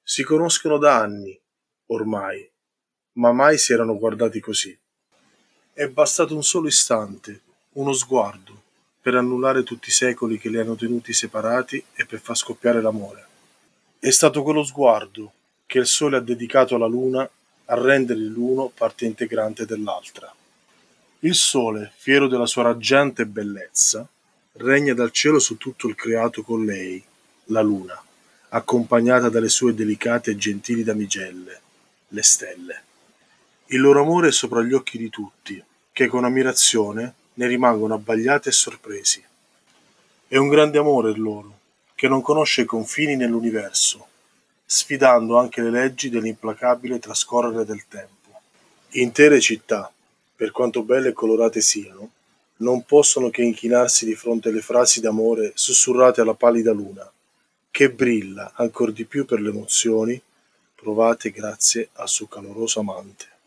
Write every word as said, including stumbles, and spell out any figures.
Si conoscono da anni, ormai, ma mai si erano guardati così. È bastato un solo istante, uno sguardo, per annullare tutti i secoli che li hanno tenuti separati e per far scoppiare l'amore. È stato quello sguardo che il sole ha dedicato alla luna a rendere l'uno parte integrante dell'altra. Il sole, fiero della sua raggiante bellezza, regna dal cielo su tutto il creato con lei, la luna, accompagnata dalle sue delicate e gentili damigelle, le stelle. Il loro amore è sopra gli occhi di tutti, che con ammirazione ne rimangono abbagliati e sorpresi. È un grande amore il loro, che non conosce confini nell'universo, sfidando anche le leggi dell'implacabile trascorrere del tempo. Intere città, per quanto belle e colorate siano, non possono che inchinarsi di fronte alle frasi d'amore sussurrate alla pallida luna, che brilla ancor di più per le emozioni provate grazie al suo caloroso amante.